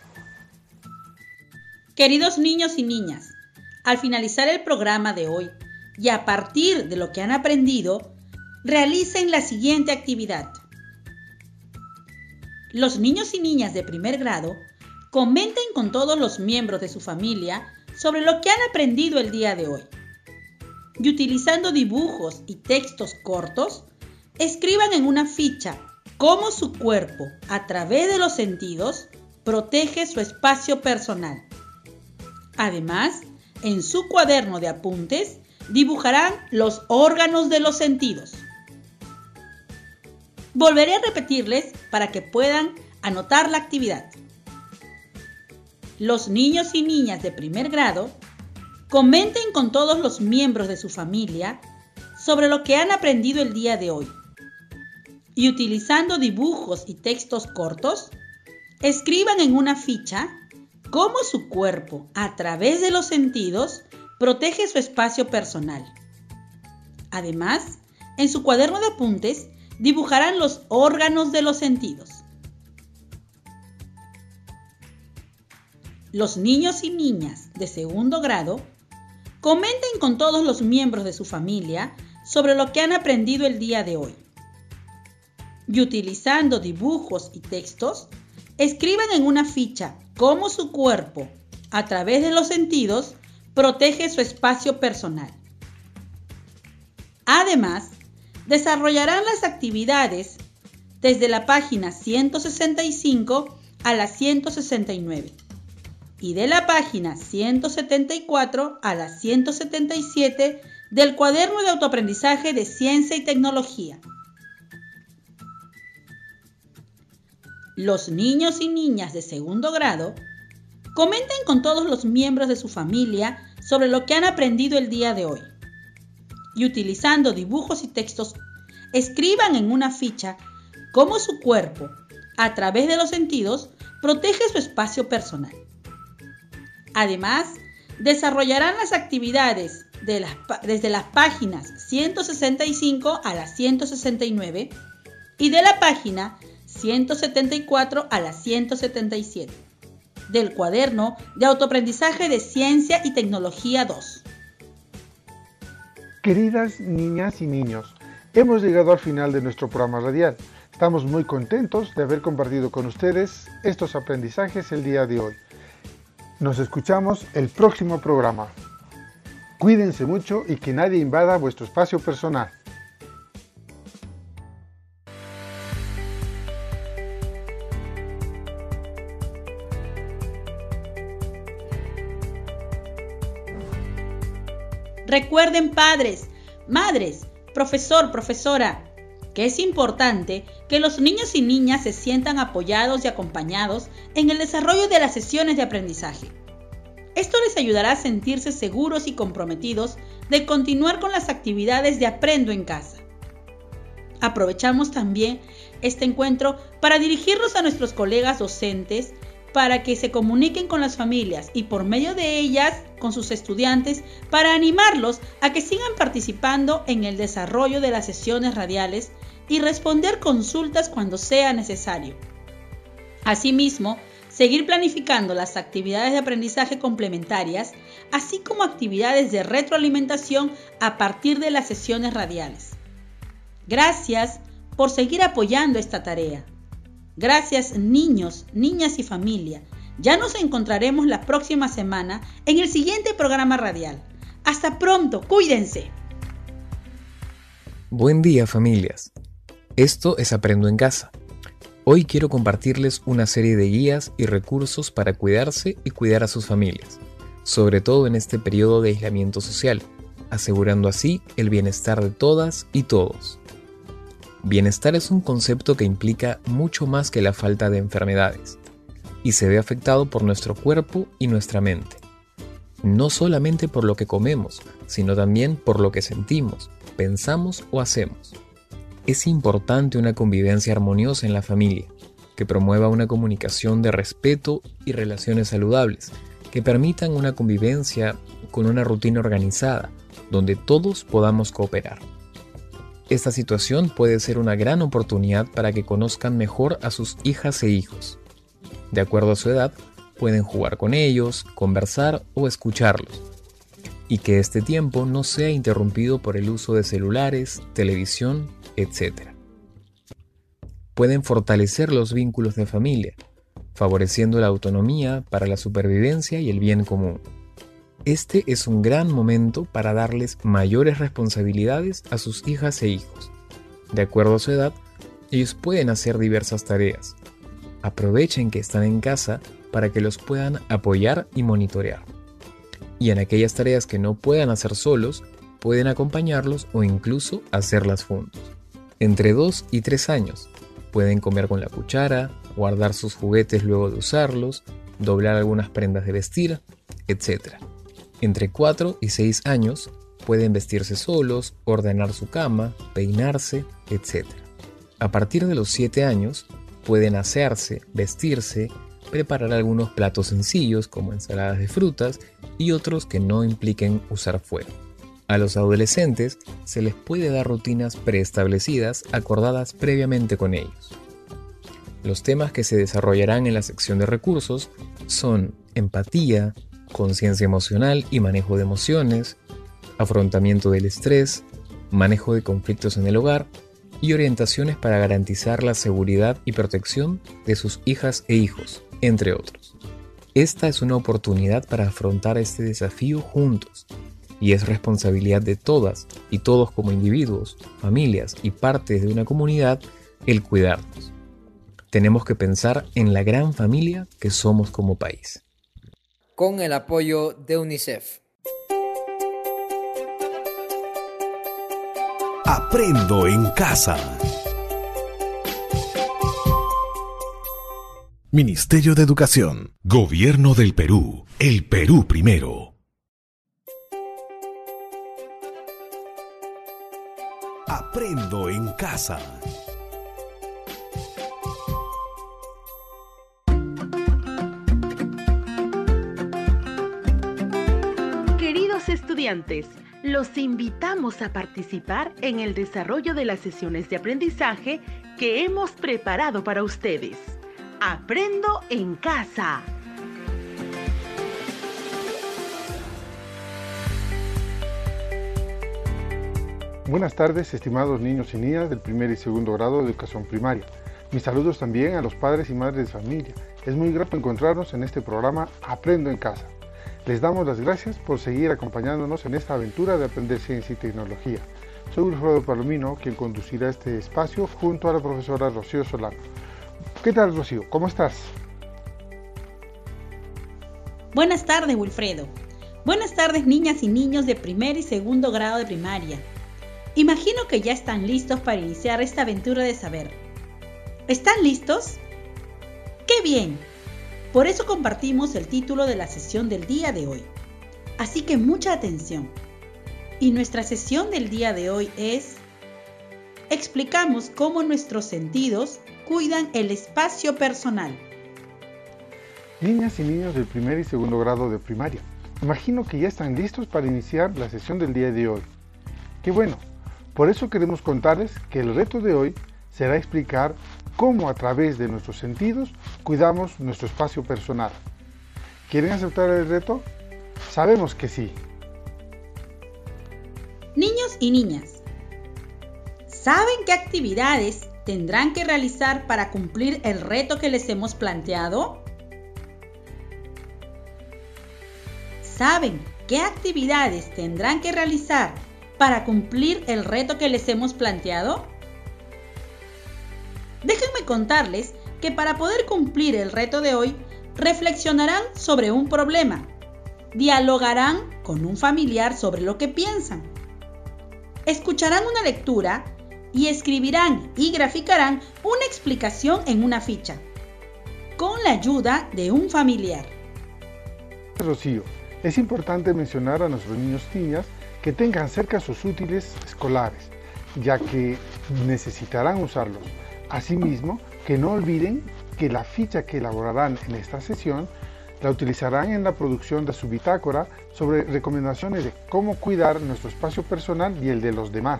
K: Queridos niños y niñas, al finalizar el programa de hoy y a partir de lo que han aprendido, realicen la siguiente actividad. Los niños y niñas de primer grado comenten con todos los miembros de su familia sobre lo que han aprendido el día de hoy. Y utilizando dibujos y textos cortos, escriban en una ficha cómo su cuerpo, a través de los sentidos, protege su espacio personal. Además, en su cuaderno de apuntes, dibujarán los órganos de los sentidos. Volveré a repetirles para que puedan anotar la actividad. Los niños y niñas de primer grado comenten con todos los miembros de su familia sobre lo que han aprendido el día de hoy. Y utilizando dibujos y textos cortos, escriban en una ficha cómo su cuerpo, a través de los sentidos, protege su espacio personal. Además, en su cuaderno de apuntes, dibujarán los órganos de los sentidos. Los niños y niñas de segundo grado comenten con todos los miembros de su familia sobre lo que han aprendido el día de hoy. Y utilizando dibujos y textos, escriban en una ficha cómo su cuerpo, a través de los sentidos, protege su espacio personal. Además, desarrollarán las actividades desde la página ciento sesenta y cinco a la ciento sesenta y nueve y de la página ciento setenta y cuatro a la ciento setenta y siete del cuaderno de autoaprendizaje de Ciencia y Tecnología. Los niños y niñas de segundo grado comenten con todos los miembros de su familia sobre lo que han aprendido el día de hoy. Y utilizando dibujos y textos, escriban en una ficha cómo su cuerpo, a través de los sentidos, protege su espacio personal. Además, desarrollarán las actividades de las, desde las páginas ciento sesenta y cinco a la ciento sesenta y nueve y de la página ciento setenta y cuatro a la ciento setenta y siete del cuaderno de autoaprendizaje de Ciencia y Tecnología dos.
J: Queridas niñas y niños, hemos llegado al final de nuestro programa radial. Estamos muy contentos de haber compartido con ustedes estos aprendizajes el día de hoy. Nos escuchamos el próximo programa. Cuídense mucho y que nadie invada vuestro espacio personal.
K: Recuerden, padres, madres, profesor, profesora, que es importante que los niños y niñas se sientan apoyados y acompañados en el desarrollo de las sesiones de aprendizaje. Esto les ayudará a sentirse seguros y comprometidos de continuar con las actividades de Aprendo en Casa. Aprovechamos también este encuentro para dirigirnos a nuestros colegas docentes para que se comuniquen con las familias y por medio de ellas con sus estudiantes para animarlos a que sigan participando en el desarrollo de las sesiones radiales y responder consultas cuando sea necesario. Asimismo, seguir planificando las actividades de aprendizaje complementarias, así como actividades de retroalimentación a partir de las sesiones radiales. Gracias por seguir apoyando esta tarea. Gracias niños, niñas y familia. Ya nos encontraremos la próxima semana en el siguiente programa radial. Hasta pronto, cuídense.
L: Buen día, familias. Esto es Aprendo en Casa. Hoy quiero compartirles una serie de guías y recursos para cuidarse y cuidar a sus familias, sobre todo en este periodo de aislamiento social, asegurando así el bienestar de todas y todos. Bienestar es un concepto que implica mucho más que la falta de enfermedades y se ve afectado por nuestro cuerpo y nuestra mente. No solamente por lo que comemos, sino también por lo que sentimos, pensamos o hacemos. Es importante una convivencia armoniosa en la familia, que promueva una comunicación de respeto y relaciones saludables, que permitan una convivencia con una rutina organizada, donde todos podamos cooperar. Esta situación puede ser una gran oportunidad para que conozcan mejor a sus hijas e hijos. De acuerdo a su edad, pueden jugar con ellos, conversar o escucharlos. Y que este tiempo no sea interrumpido por el uso de celulares, televisión, etcétera. Pueden fortalecer los vínculos de familia, favoreciendo la autonomía para la supervivencia y el bien común. Este es un gran momento para darles mayores responsabilidades a sus hijas e hijos. De acuerdo a su edad, ellos pueden hacer diversas tareas. Aprovechen que están en casa para que los puedan apoyar y monitorear. Y en aquellas tareas que no puedan hacer solos, pueden acompañarlos o incluso hacerlas juntos. Entre dos y tres años, pueden comer con la cuchara, guardar sus juguetes luego de usarlos, doblar algunas prendas de vestir, etcétera. Entre cuatro y seis años, pueden vestirse solos, ordenar su cama, peinarse, etcétera. A partir de los siete años, pueden asearse, vestirse, preparar algunos platos sencillos como ensaladas de frutas y otros que no impliquen usar fuego. A los adolescentes se les puede dar rutinas preestablecidas acordadas previamente con ellos. Los temas que se desarrollarán en la sección de recursos son empatía, conciencia emocional y manejo de emociones, afrontamiento del estrés, manejo de conflictos en el hogar y orientaciones para garantizar la seguridad y protección de sus hijas e hijos, entre otros. Esta es una oportunidad para afrontar este desafío juntos y es responsabilidad de todas y todos como individuos, familias y partes de una comunidad el cuidarnos. Tenemos que pensar en la gran familia que somos como país.
M: Con el apoyo de UNICEF.
H: Aprendo en Casa. Ministerio de Educación. Gobierno del Perú. El Perú primero. Aprendo en Casa.
I: Queridos estudiantes, los invitamos a participar en el desarrollo de las sesiones de aprendizaje que hemos preparado para ustedes. Aprendo en Casa.
J: Buenas tardes, estimados niños y niñas del primer y segundo grado de educación primaria. Mis saludos también a los padres y madres de familia. Es muy grato encontrarnos en este programa Aprendo en Casa. Les damos las gracias por seguir acompañándonos en esta aventura de aprender ciencia y tecnología. Soy Wilfredo Palomino, quien conducirá este espacio junto a la profesora Rocío Solano. ¿Qué tal, Rocío? ¿Cómo estás?
K: Buenas tardes, Wilfredo. Buenas tardes, niñas y niños de primer y segundo grado de primaria. Imagino que ya están listos para iniciar esta aventura de saber. ¿Están listos? ¡Qué bien! Por eso compartimos el título de la sesión del día de hoy. Así que mucha atención. Y nuestra sesión del día de hoy es: explicamos cómo nuestros sentidos cuidan el espacio personal.
J: Niñas y niños del primer y segundo grado de primaria, imagino que ya están listos para iniciar la sesión del día de hoy. ¡Qué bueno! Por eso queremos contarles que el reto de hoy será explicar cómo a través de nuestros sentidos cuidamos nuestro espacio personal. ¿Quieren aceptar el reto? Sabemos que sí.
K: Niños y niñas, ¿saben qué actividades tendrán que realizar para cumplir el reto que les hemos planteado? ¿Saben qué actividades tendrán que realizar para cumplir el reto que les hemos planteado? Déjenme contarles que para poder cumplir el reto de hoy, reflexionarán sobre un problema, dialogarán con un familiar sobre lo que piensan, escucharán una lectura y escribirán y graficarán una explicación en una ficha, con la ayuda de un familiar.
J: Rocío, es importante mencionar a nuestros niños y niñas que tengan cerca sus útiles escolares, ya que necesitarán usarlos. Asimismo, que no olviden que la ficha que elaborarán en esta sesión la utilizarán en la producción de su bitácora sobre recomendaciones de cómo cuidar nuestro espacio personal y el de los demás.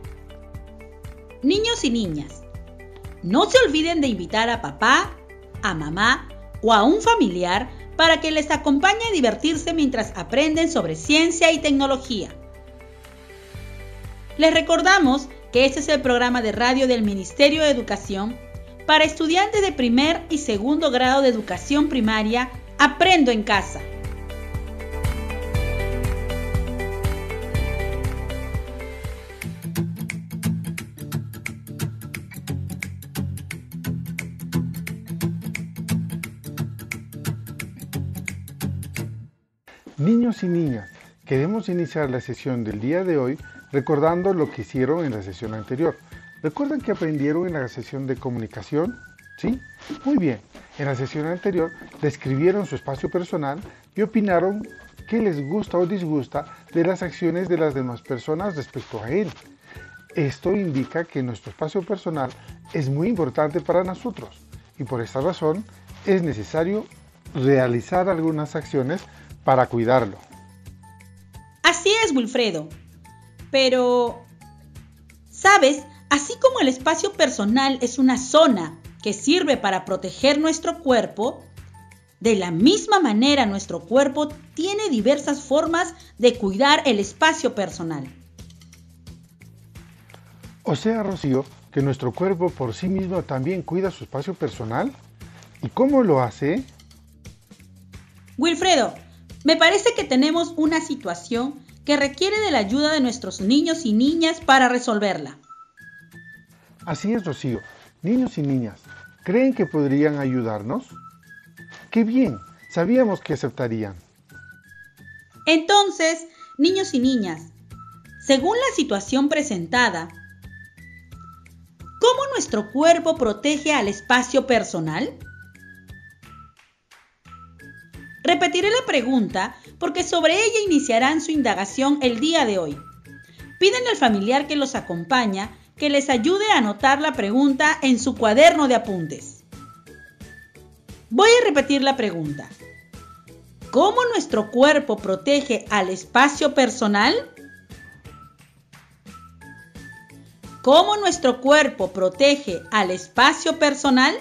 K: Niños y niñas, no se olviden de invitar a papá, a mamá o a un familiar para que les acompañe a divertirse mientras aprenden sobre ciencia y tecnología. Les recordamos que este es el programa de radio del Ministerio de Educación para estudiantes de primer y segundo grado de educación primaria. Aprendo en casa.
J: Niños y niñas, queremos iniciar la sesión del día de hoy recordando lo que hicieron en la sesión anterior. ¿Recuerdan que aprendieron en la sesión de comunicación? ¿Sí? Muy bien. En la sesión anterior describieron su espacio personal y opinaron qué les gusta o disgusta de las acciones de las demás personas respecto a él. Esto indica que nuestro espacio personal es muy importante para nosotros y por esta razón es necesario realizar algunas acciones para cuidarlo.
K: Así es, Wilfredo. Pero, ¿sabes? Así como el espacio personal es una zona que sirve para proteger nuestro cuerpo, de la misma manera nuestro cuerpo tiene diversas formas de cuidar el espacio personal.
J: O sea, Rocío, que nuestro cuerpo por sí mismo también cuida su espacio personal. ¿Y cómo lo hace?
K: Wilfredo, me parece que tenemos una situación que requiere de la ayuda de nuestros niños y niñas para resolverla.
J: Así es, Rocío. Niños y niñas, ¿creen que podrían ayudarnos? ¡Qué bien! Sabíamos que aceptarían.
K: Entonces, niños y niñas, según la situación presentada, ¿cómo nuestro cuerpo protege al espacio personal? Repetiré la pregunta porque sobre ella iniciarán su indagación el día de hoy. Piden al familiar que los acompaña que les ayude a anotar la pregunta en su cuaderno de apuntes. Voy a repetir la pregunta. ¿Cómo nuestro cuerpo protege al espacio personal? ¿Cómo nuestro cuerpo protege al espacio personal?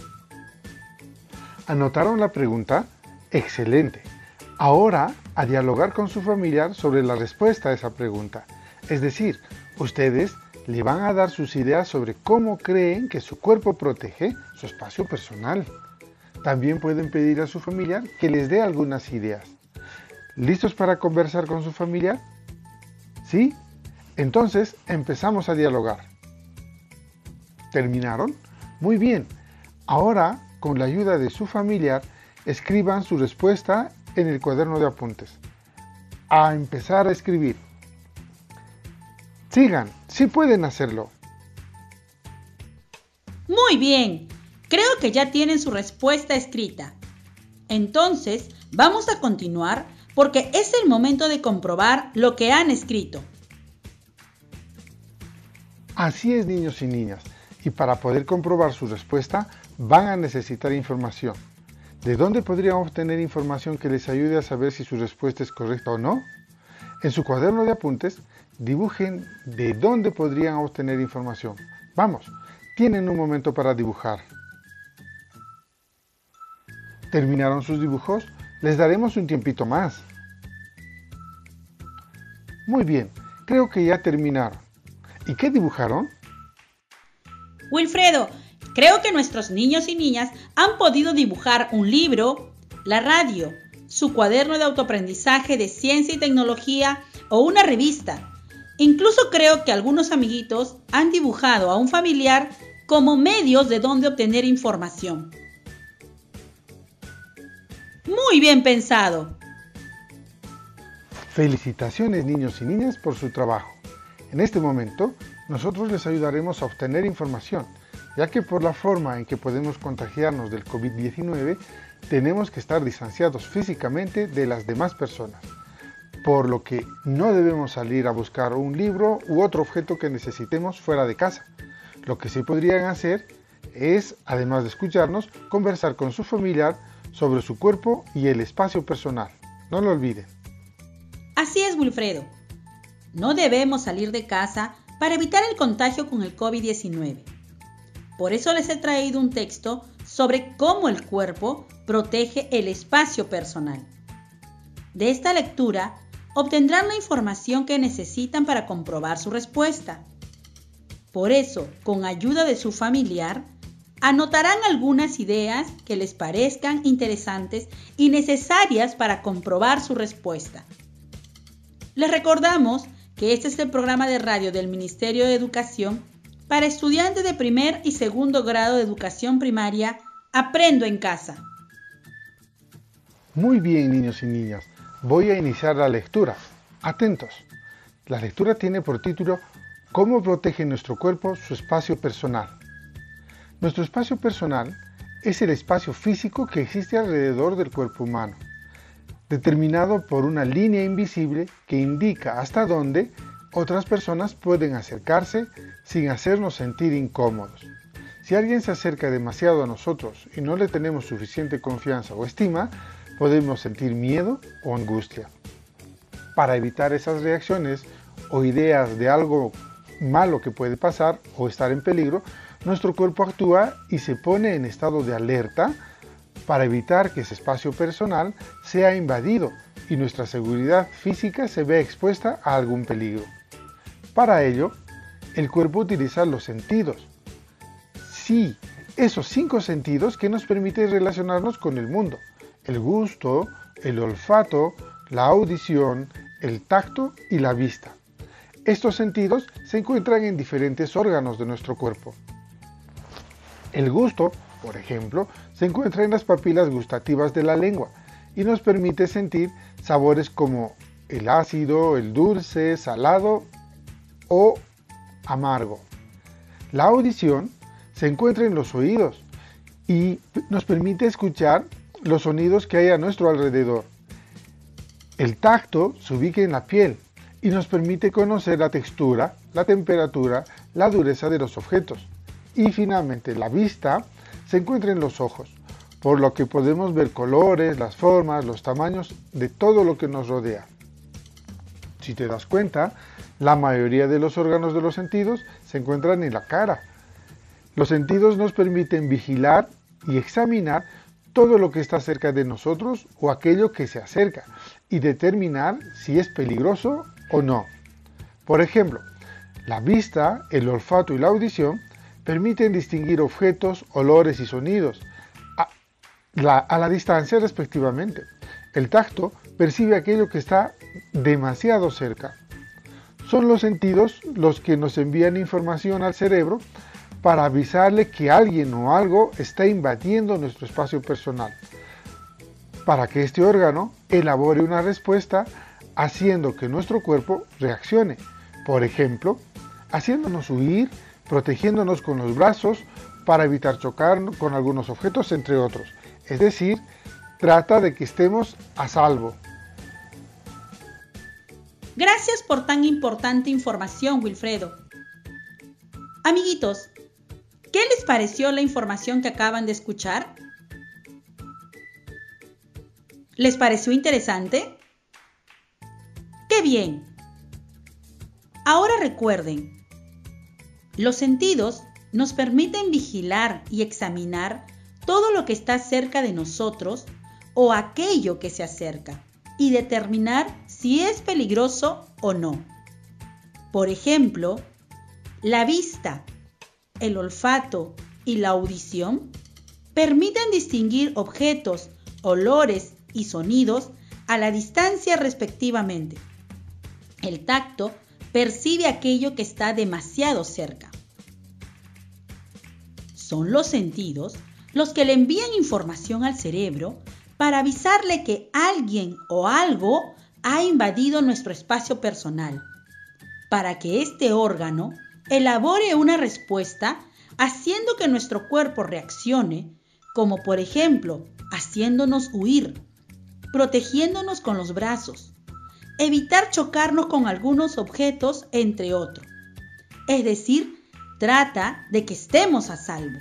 J: ¿Anotaron la pregunta? Excelente. Ahora a dialogar con su familiar sobre la respuesta a esa pregunta. Es decir, ustedes le van a dar sus ideas sobre cómo creen que su cuerpo protege su espacio personal. También pueden pedir a su familiar que les dé algunas ideas. ¿Listos para conversar con su familiar? ¿Sí? Entonces empezamos a dialogar. ¿Terminaron? Muy bien. Ahora, con la ayuda de su familiar, escriban su respuesta en el cuaderno de apuntes. A empezar a escribir. Sigan, sí pueden hacerlo.
K: Muy bien, creo que ya tienen su respuesta escrita. Entonces, vamos a continuar porque es el momento de comprobar lo que han escrito.
J: Así es, niños y niñas, y para poder comprobar su respuesta van a necesitar información. ¿De dónde podrían obtener información que les ayude a saber si su respuesta es correcta o no? En su cuaderno de apuntes, dibujen de dónde podrían obtener información. Vamos, tienen un momento para dibujar. ¿Terminaron sus dibujos? Les daremos un tiempito más. Muy bien, creo que ya terminaron. ¿Y qué dibujaron?
K: Wilfredo, creo que nuestros niños y niñas han podido dibujar un libro, la radio, su cuaderno de autoaprendizaje de ciencia y tecnología o una revista. Incluso creo que algunos amiguitos han dibujado a un familiar como medios de donde obtener información. Muy bien pensado.
J: Felicitaciones, niños y niñas, por su trabajo. En este momento, nosotros les ayudaremos a obtener información, ya que por la forma en que podemos contagiarnos del COVID diecinueve, tenemos que estar distanciados físicamente de las demás personas, por lo que no debemos salir a buscar un libro u otro objeto que necesitemos fuera de casa. Lo que sí podrían hacer es, además de escucharnos, conversar con su familiar sobre su cuerpo y el espacio personal. No lo olviden.
K: Así es, Wilfredo. No debemos salir de casa para evitar el contagio con el COVID diecinueve. Por eso les he traído un texto sobre cómo el cuerpo protege el espacio personal. De esta lectura obtendrán la información que necesitan para comprobar su respuesta. Por eso, con ayuda de su familiar, anotarán algunas ideas que les parezcan interesantes y necesarias para comprobar su respuesta. Les recordamos que este es el programa de radio del Ministerio de Educación para estudiantes de primer y segundo grado de educación primaria. Aprendo en casa.
J: Muy bien, niños y niñas. Voy a iniciar la lectura. Atentos. La lectura tiene por título ¿Cómo protege nuestro cuerpo su espacio personal? Nuestro espacio personal es el espacio físico que existe alrededor del cuerpo humano, determinado por una línea invisible que indica hasta dónde otras personas pueden acercarse sin hacernos sentir incómodos. Si alguien se acerca demasiado a nosotros y no le tenemos suficiente confianza o estima, podemos sentir miedo o angustia. Para evitar esas reacciones o ideas de algo malo que puede pasar o estar en peligro, nuestro cuerpo actúa y se pone en estado de alerta para evitar que ese espacio personal sea invadido y nuestra seguridad física se vea expuesta a algún peligro. Para ello, el cuerpo utiliza los sentidos. Sí, esos cinco sentidos que nos permiten relacionarnos con el mundo: el gusto, el olfato, la audición, el tacto y la vista. Estos sentidos se encuentran en diferentes órganos de nuestro cuerpo. El gusto, por ejemplo, se encuentra en las papilas gustativas de la lengua y nos permite sentir sabores como el ácido, el dulce, salado o amargo. La audición se encuentra en los oídos y nos permite escuchar los sonidos que hay a nuestro alrededor. El tacto se ubica en la piel y nos permite conocer la textura, la temperatura, la dureza de los objetos. Y finalmente, la vista se encuentra en los ojos, por lo que podemos ver colores, las formas, los tamaños de todo lo que nos rodea. Si te das cuenta, la mayoría de los órganos de los sentidos se encuentran en la cara. Los sentidos nos permiten vigilar y examinar todo lo que está cerca de nosotros o aquello que se acerca y determinar si es peligroso o no. Por ejemplo, la vista, el olfato y la audición permiten distinguir objetos, olores y sonidos a la, a la distancia respectivamente. El tacto percibe aquello que está demasiado cerca. Son los sentidos los que nos envían información al cerebro para avisarle que alguien o algo está invadiendo nuestro espacio personal, para que este órgano elabore una respuesta haciendo que nuestro cuerpo reaccione, por ejemplo, haciéndonos huir, protegiéndonos con los brazos para evitar chocar con algunos objetos, entre otros. Es decir, trata de que estemos a salvo.
K: Gracias por tan importante información, Wilfredo. Amiguitos, ¿qué les pareció la información que acaban de escuchar? ¿Les pareció interesante? ¡Qué bien! Ahora recuerden, los sentidos nos permiten vigilar y examinar todo lo que está cerca de nosotros o aquello que se acerca y determinar si es peligroso o no. Por ejemplo, la vista, el olfato y la audición permiten distinguir objetos, olores y sonidos a la distancia respectivamente. El tacto percibe aquello que está demasiado cerca. Son los sentidos los que le envían información al cerebro para avisarle que alguien o algo ha invadido nuestro espacio personal, para que este órgano elabore una respuesta haciendo que nuestro cuerpo reaccione, como por ejemplo haciéndonos huir, protegiéndonos con los brazos, evitar chocarnos con algunos objetos, entre otros. Es decir, trata de que estemos a salvo.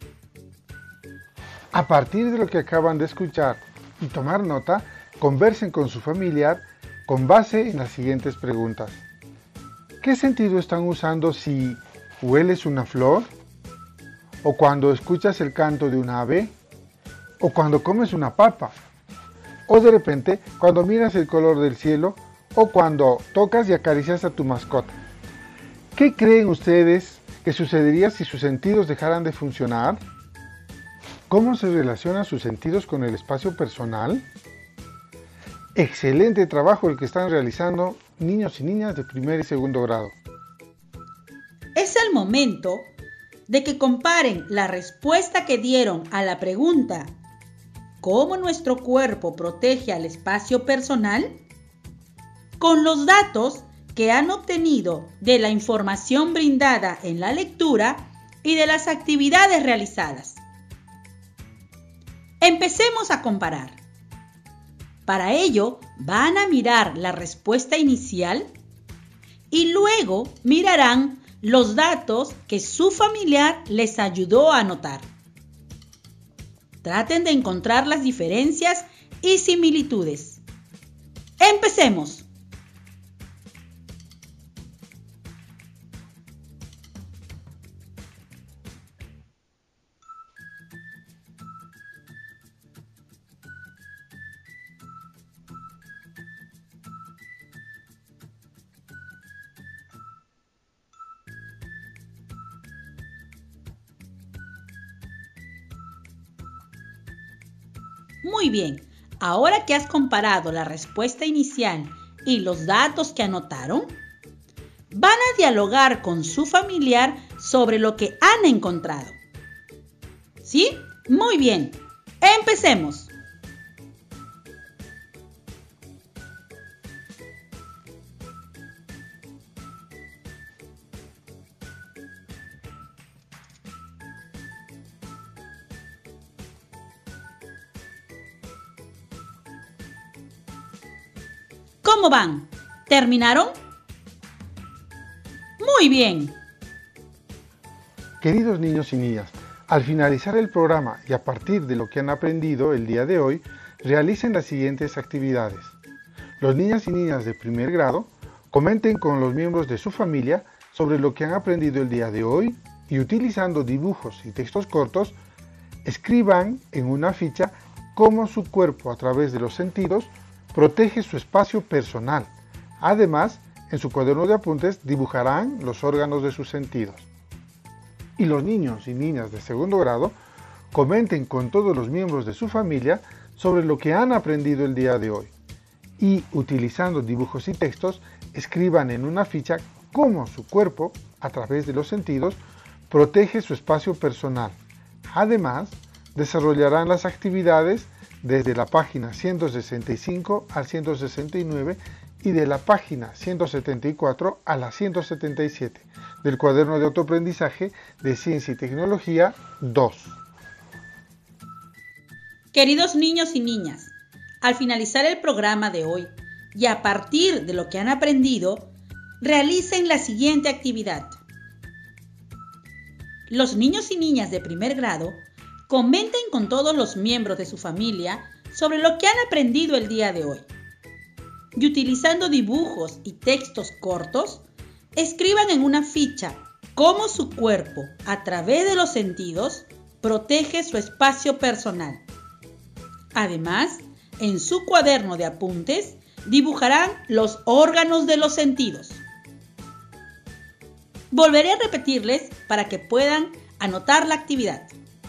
J: A partir de lo que acaban de escuchar y tomar nota, conversen con su familiar con base en las siguientes preguntas. ¿Qué sentido están usando si hueles una flor? ¿O cuando escuchas el canto de un ave? ¿O cuando comes una papa? ¿O de repente cuando miras el color del cielo? ¿O cuando tocas y acaricias a tu mascota? ¿Qué creen ustedes que sucedería si sus sentidos dejaran de funcionar? ¿Cómo se relacionan sus sentidos con el espacio personal? Excelente trabajo el que están realizando niños y niñas de primer y segundo grado.
K: Es el momento de que comparen la respuesta que dieron a la pregunta ¿cómo nuestro cuerpo protege al espacio personal? Con los datos que han obtenido de la información brindada en la lectura y de las actividades realizadas. Empecemos a comparar. Para ello, van a mirar la respuesta inicial y luego mirarán los datos que su familiar les ayudó a anotar. Traten de encontrar las diferencias y similitudes. ¡Empecemos! Muy bien, ahora que has comparado la respuesta inicial y los datos que anotaron, van a dialogar con su familiar sobre lo que han encontrado. ¿Sí? Muy bien, empecemos. ¿Cómo van? ¿Terminaron? Muy bien.
J: Queridos niños y niñas, al finalizar el programa y a partir de lo que han aprendido el día de hoy, realicen las siguientes actividades. Los niños y niñas de primer grado comenten con los miembros de su familia sobre lo que han aprendido el día de hoy y utilizando dibujos y textos cortos, escriban en una ficha cómo su cuerpo a través de los sentidos protege su espacio personal. Además, en su cuaderno de apuntes dibujarán los órganos de sus sentidos. Y los niños y niñas de segundo grado comenten con todos los miembros de su familia sobre lo que han aprendido el día de hoy. Y utilizando dibujos y textos, escriban en una ficha cómo su cuerpo, a través de los sentidos, protege su espacio personal. Además, desarrollarán las actividades desde la página ciento sesenta y cinco al ciento sesenta y nueve y de la página ciento setenta y cuatro a la ciento setenta y siete del cuaderno de autoaprendizaje de Ciencia y Tecnología dos.
K: Queridos niños y niñas, al finalizar el programa de hoy y a partir de lo que han aprendido, realicen la siguiente actividad. Los niños y niñas de primer grado comenten con todos los miembros de su familia sobre lo que han aprendido el día de hoy. Y utilizando dibujos y textos cortos, escriban en una ficha cómo su cuerpo, a través de los sentidos, protege su espacio personal. Además, en su cuaderno de apuntes, dibujarán los órganos de los sentidos. Volveré a repetirles para que puedan anotar la actividad.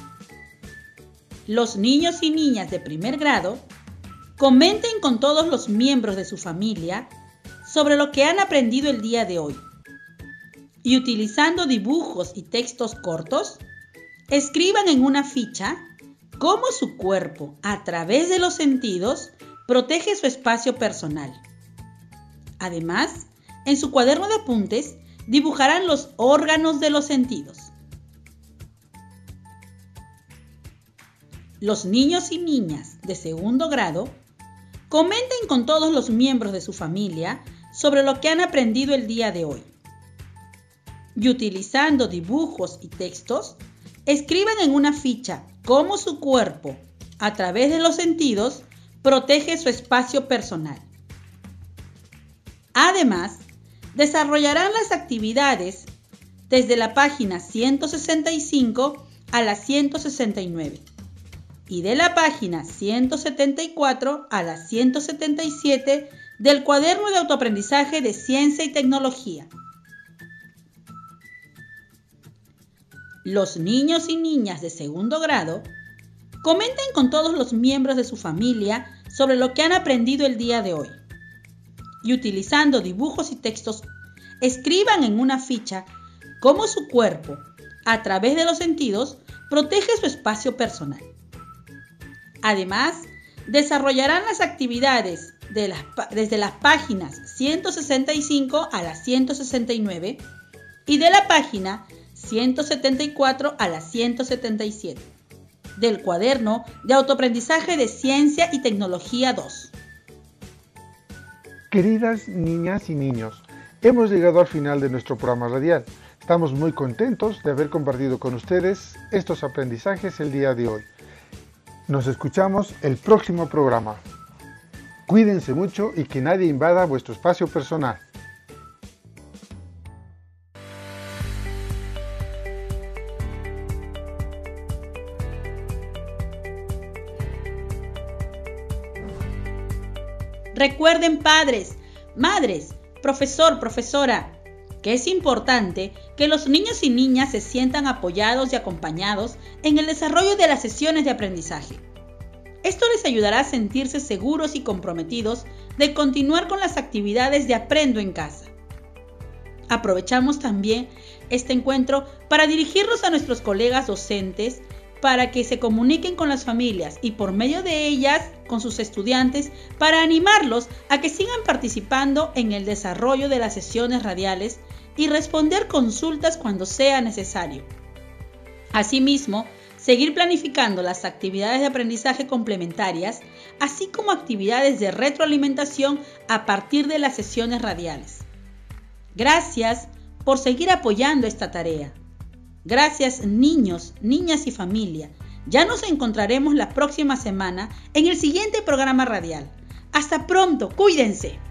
K: Los niños y niñas de primer grado comenten con todos los miembros de su familia sobre lo que han aprendido el día de hoy. Y utilizando dibujos y textos cortos, escriban en una ficha cómo su cuerpo, a través de los sentidos, protege su espacio personal. Además, en su cuaderno de apuntes, dibujarán los órganos de los sentidos. Los niños y niñas de segundo grado comenten con todos los miembros de su familia sobre lo que han aprendido el día de hoy. Y utilizando dibujos y textos, escriban en una ficha cómo su cuerpo, a través de los sentidos, protege su espacio personal. Además, desarrollarán las actividades desde la página ciento sesenta y cinco a la ciento sesenta y nueve y de la página ciento setenta y cuatro a la ciento setenta y siete del cuaderno de autoaprendizaje de Ciencia y Tecnología. Los niños y niñas de segundo grado comenten con todos los miembros de su familia sobre lo que han aprendido el día de hoy. Y utilizando dibujos y textos, escriban en una ficha cómo su cuerpo, a través de los sentidos, protege su espacio personal. Además, desarrollarán las actividades de las, desde las páginas ciento sesenta y cinco a la ciento sesenta y nueve y de la página ciento setenta y cuatro a la ciento setenta y siete del cuaderno de autoaprendizaje de Ciencia y Tecnología dos.
J: Queridas niñas y niños, hemos llegado al final de nuestro programa radial. Estamos muy contentos de haber compartido con ustedes estos aprendizajes el día de hoy. Nos escuchamos el próximo programa. Cuídense mucho y que nadie invada vuestro espacio personal.
K: Recuerden, padres, madres, profesor, profesora, que es importante que los niños y niñas se sientan apoyados y acompañados en el desarrollo de las sesiones de aprendizaje. Esto les ayudará a sentirse seguros y comprometidos de continuar con las actividades de Aprendo en Casa. Aprovechamos también este encuentro para dirigirnos a nuestros colegas docentes para que se comuniquen con las familias y por medio de ellas con sus estudiantes para animarlos a que sigan participando en el desarrollo de las sesiones radiales y responder consultas cuando sea necesario. Asimismo, seguir planificando las actividades de aprendizaje complementarias, así como actividades de retroalimentación a partir de las sesiones radiales. Gracias por seguir apoyando esta tarea. Gracias, niños, niñas y familia. Ya nos encontraremos la próxima semana en el siguiente programa radial. Hasta pronto, cuídense.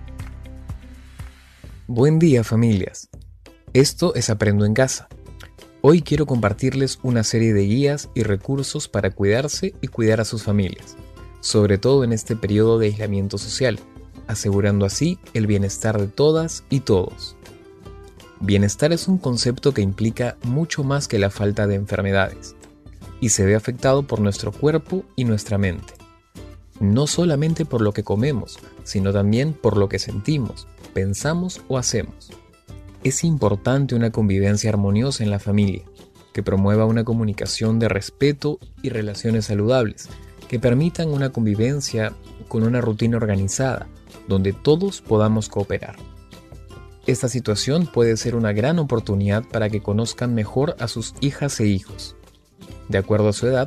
L: Buen día, familias. Esto es Aprendo en Casa. Hoy quiero compartirles una serie de guías y recursos para cuidarse y cuidar a sus familias, sobre todo en este periodo de aislamiento social, asegurando así el bienestar de todas y todos. Bienestar es un concepto que implica mucho más que la falta de enfermedades y se ve afectado por nuestro cuerpo y nuestra mente. No solamente por lo que comemos, sino también por lo que sentimos, pensamos o hacemos. Es importante una convivencia armoniosa en la familia, que promueva una comunicación de respeto y relaciones saludables, que permitan una convivencia con una rutina organizada, donde todos podamos cooperar. Esta situación puede ser una gran oportunidad para que conozcan mejor a sus hijas e hijos. De acuerdo a su edad,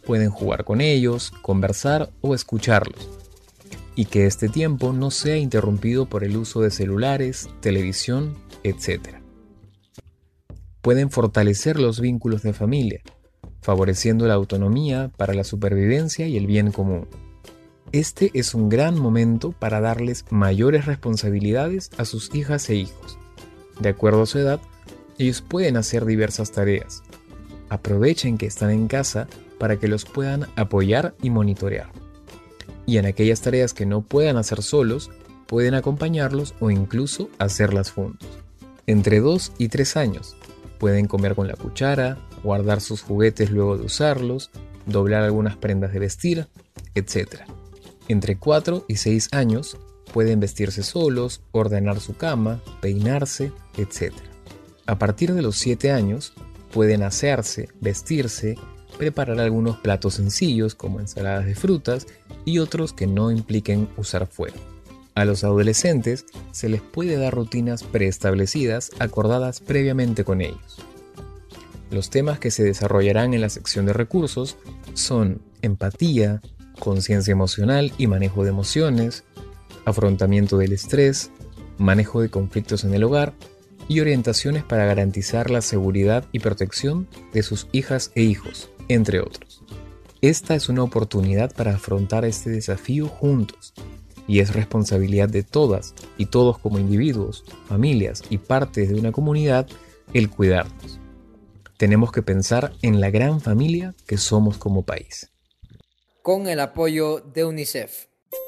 L: pueden jugar con ellos, conversar o escucharlos, y que este tiempo no sea interrumpido por el uso de celulares, televisión, etcétera. Pueden fortalecer los vínculos de familia, favoreciendo la autonomía para la supervivencia y el bien común. Este es un gran momento para darles mayores responsabilidades a sus hijas e hijos. De acuerdo a su edad, ellos pueden hacer diversas tareas. Aprovechen que están en casa para que los puedan apoyar y monitorear. Y en aquellas tareas que no puedan hacer solos, pueden acompañarlos o incluso hacerlas juntos. Entre dos y tres años, pueden comer con la cuchara, guardar sus juguetes luego de usarlos, doblar algunas prendas de vestir, etcétera. Entre cuatro y seis años, pueden vestirse solos, ordenar su cama, peinarse, etcétera. A partir de los siete años, pueden asearse, vestirse, preparar algunos platos sencillos como ensaladas de frutas y otros que no impliquen usar fuego. A los adolescentes se les puede dar rutinas preestablecidas acordadas previamente con ellos. Los temas que se desarrollarán en la sección de recursos son empatía, conciencia emocional y manejo de emociones, afrontamiento del estrés, manejo de conflictos en el hogar y orientaciones para garantizar la seguridad y protección de sus hijas e hijos, entre otros. Esta es una oportunidad para afrontar este desafío juntos, y es responsabilidad de todas y todos como individuos, familias y partes de una comunidad el cuidarnos. Tenemos que pensar en la gran familia que somos como país.
M: Con el apoyo de UNICEF.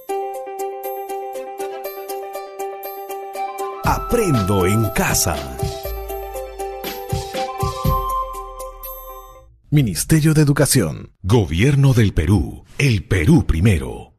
H: Aprendo en casa. Ministerio de Educación. Gobierno del Perú. El Perú primero.